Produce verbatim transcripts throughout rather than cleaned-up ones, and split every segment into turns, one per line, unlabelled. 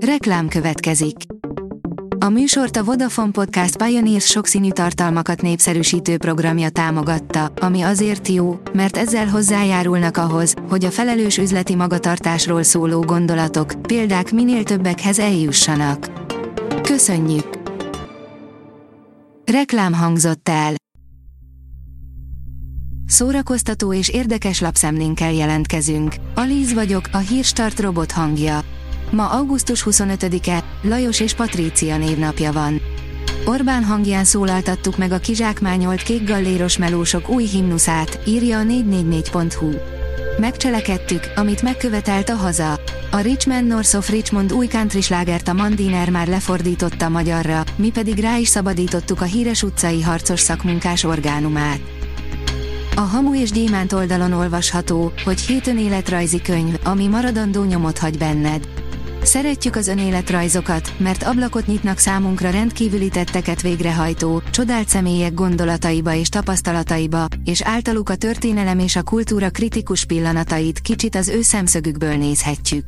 Reklám következik. A műsort a Vodafone Podcast Pioneers sokszínű tartalmakat népszerűsítő programja támogatta, ami azért jó, mert ezzel hozzájárulnak ahhoz, hogy a felelős üzleti magatartásról szóló gondolatok, példák minél többekhez eljussanak. Köszönjük! Reklám hangzott el. Szórakoztató és érdekes lapszemlénkkel jelentkezünk. Alíz vagyok, a Hírstart robot hangja. Ma augusztus huszonötödike, Lajos és Patrícia névnapja van. Orbán hangján szólaltattuk meg a kizsákmányolt kékgalléros melósok új himnuszát, írja a négy négy négy pont hu. Megcselekedtük, amit megkövetelt a haza. A Richmond North of Richmond új country slágert a Mandiner már lefordította magyarra, mi pedig rá is szabadítottuk a híres utcai harcos szakmunkás orgánumát. A Hamu és Gyémánt oldalon olvasható, hogy hét önéletrajzi könyv, ami maradandó nyomot hagy benned. Szeretjük az önéletrajzokat, mert ablakot nyitnak számunkra rendkívüli tetteket végrehajtó, csodált személyek gondolataiba és tapasztalataiba, és általuk a történelem és a kultúra kritikus pillanatait kicsit az ő szemszögükből nézhetjük.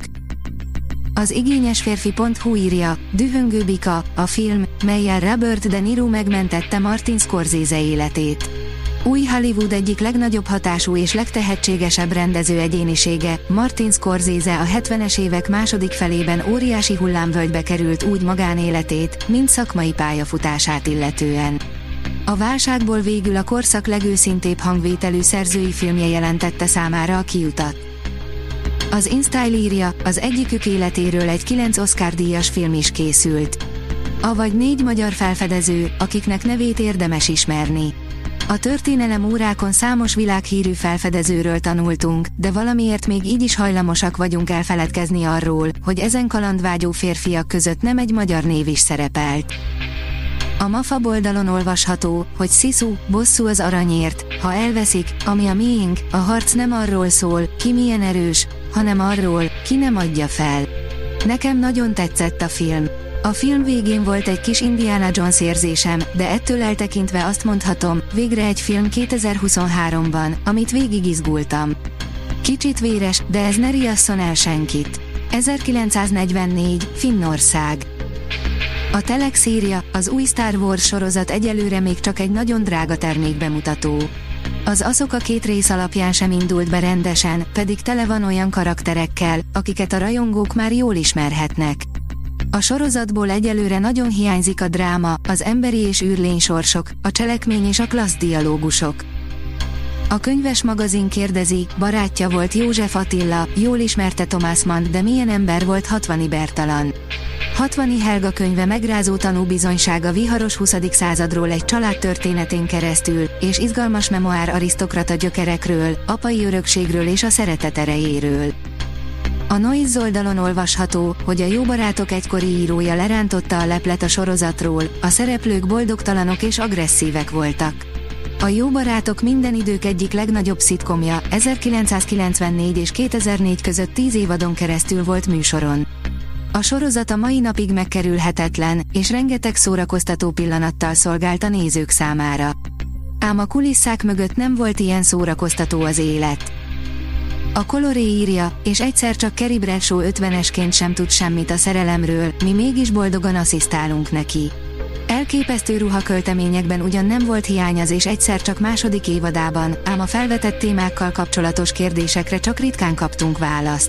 Az igényesférfi pont hu írja, Dühöngő bika, a film, mellyel Robert De Niro megmentette Martin Scorsese életét. Új Hollywood egyik legnagyobb hatású és legtehetségesebb rendező egyénisége, Martin Scorsese a hetvenes évek második felében óriási hullámvölgybe került úgy magánéletét, mint szakmai pályafutását illetően. A válságból végül a korszak legőszintébb hangvételű szerzői filmje jelentette számára a kiutat. Az InStyle írja, az egyikük életéről egy kilenc Oscar-díjas film is készült. Avagy négy magyar felfedező, akiknek nevét érdemes ismerni. A történelem órákon számos világhírű felfedezőről tanultunk, de valamiért még így is hajlamosak vagyunk elfeledkezni arról, hogy ezen kalandvágyó férfiak között nem egy magyar név is szerepelt. A MAFA oldalon olvasható, hogy Sziszú, bosszú az aranyért, ha elveszik, ami a miénk, a harc nem arról szól, ki milyen erős, hanem arról, ki nem adja fel. Nekem nagyon tetszett a film. A film végén volt egy kis Indiana Jones érzésem, de ettől eltekintve azt mondhatom, végre egy film kétezer-huszonháromban, amit végig izgultam. Kicsit véres, de ez ne riasszon el senkit. ezerkilencszáznegyvennégy, Finnország. A Telex írja, az új Star Wars sorozat egyelőre még csak egy nagyon drága termékbemutató. Az Ahsoka két rész alapján sem indult be rendesen, pedig tele van olyan karakterekkel, akiket a rajongók már jól ismerhetnek. A sorozatból egyelőre nagyon hiányzik a dráma, az emberi és űrlény sorsok, a cselekmény és a klassz dialógusok. A könyves magazin kérdezi, barátja volt József Attila, jól ismerte Thomas Mann, de milyen ember volt Hatvani Bertalan. Hatvani Helga könyve megrázó tanúbizonyság a viharos huszadik századról egy család történetén keresztül, és izgalmas memoár arisztokrata gyökerekről, apai örökségről és a szeretet erejéről. A Noise oldalon olvasható, hogy a Jó barátok egykori írója lerántotta a leplet a sorozatról, a szereplők boldogtalanok és agresszívek voltak. A Jó barátok minden idők egyik legnagyobb szitkomja, ezerkilencszázkilencvennégy és kétezer-négy között tíz évadon keresztül volt műsoron. A sorozat a mai napig megkerülhetetlen, és rengeteg szórakoztató pillanattal szolgált a nézők számára. Ám a kulisszák mögött nem volt ilyen szórakoztató az élet. A Coloré írja, és egyszer csak Carrie Bradshaw ötvenesként sem tud semmit a szerelemről, mi mégis boldogan asszisztálunk neki. Elképesztő ruhakölteményekben ugyan nem volt hiány az és egyszer csak második évadában, ám a felvetett témákkal kapcsolatos kérdésekre csak ritkán kaptunk választ.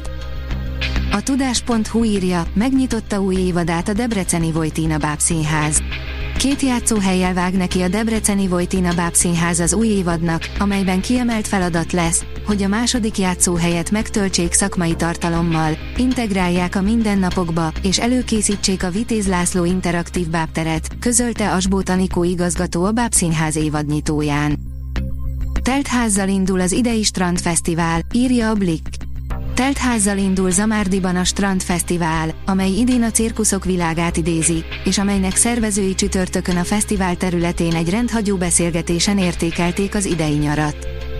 A tudás pont hu írja, megnyitotta új évadát a debreceni Vojtina Bábszínház. Két játszóhellyel vág neki a debreceni Vojtina Bábszínház az új évadnak, amelyben kiemelt feladat lesz, hogy a második játszóhelyet megtöltsék szakmai tartalommal, integrálják a mindennapokba, és előkészítsék a Vitéz László interaktív bábteret, közölte Asbóth Anikó igazgató a Bábszínház évadnyitóján. Teltházzal indul az idei Strandfesztivál, írja a Blick. Teltházzal indul Zamárdiban a Strandfesztivál, amely idén a cirkuszok világát idézi, és amelynek szervezői csütörtökön a fesztivál területén egy rendhagyó beszélgetésen értékelték az idei nyarat.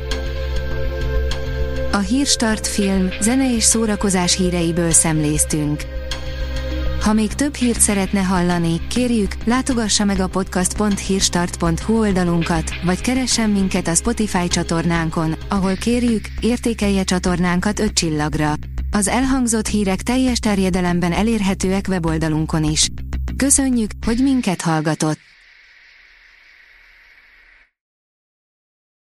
A Hírstart film, zene és szórakozás híreiből szemléztünk. Ha még több hírt szeretne hallani, kérjük, látogassa meg a podcast pont hírstart pont hu oldalunkat, vagy keressen minket a Spotify csatornánkon, ahol kérjük, értékelje csatornánkat öt csillagra. Az elhangzott hírek teljes terjedelemben elérhetőek weboldalunkon is. Köszönjük, hogy minket hallgatott!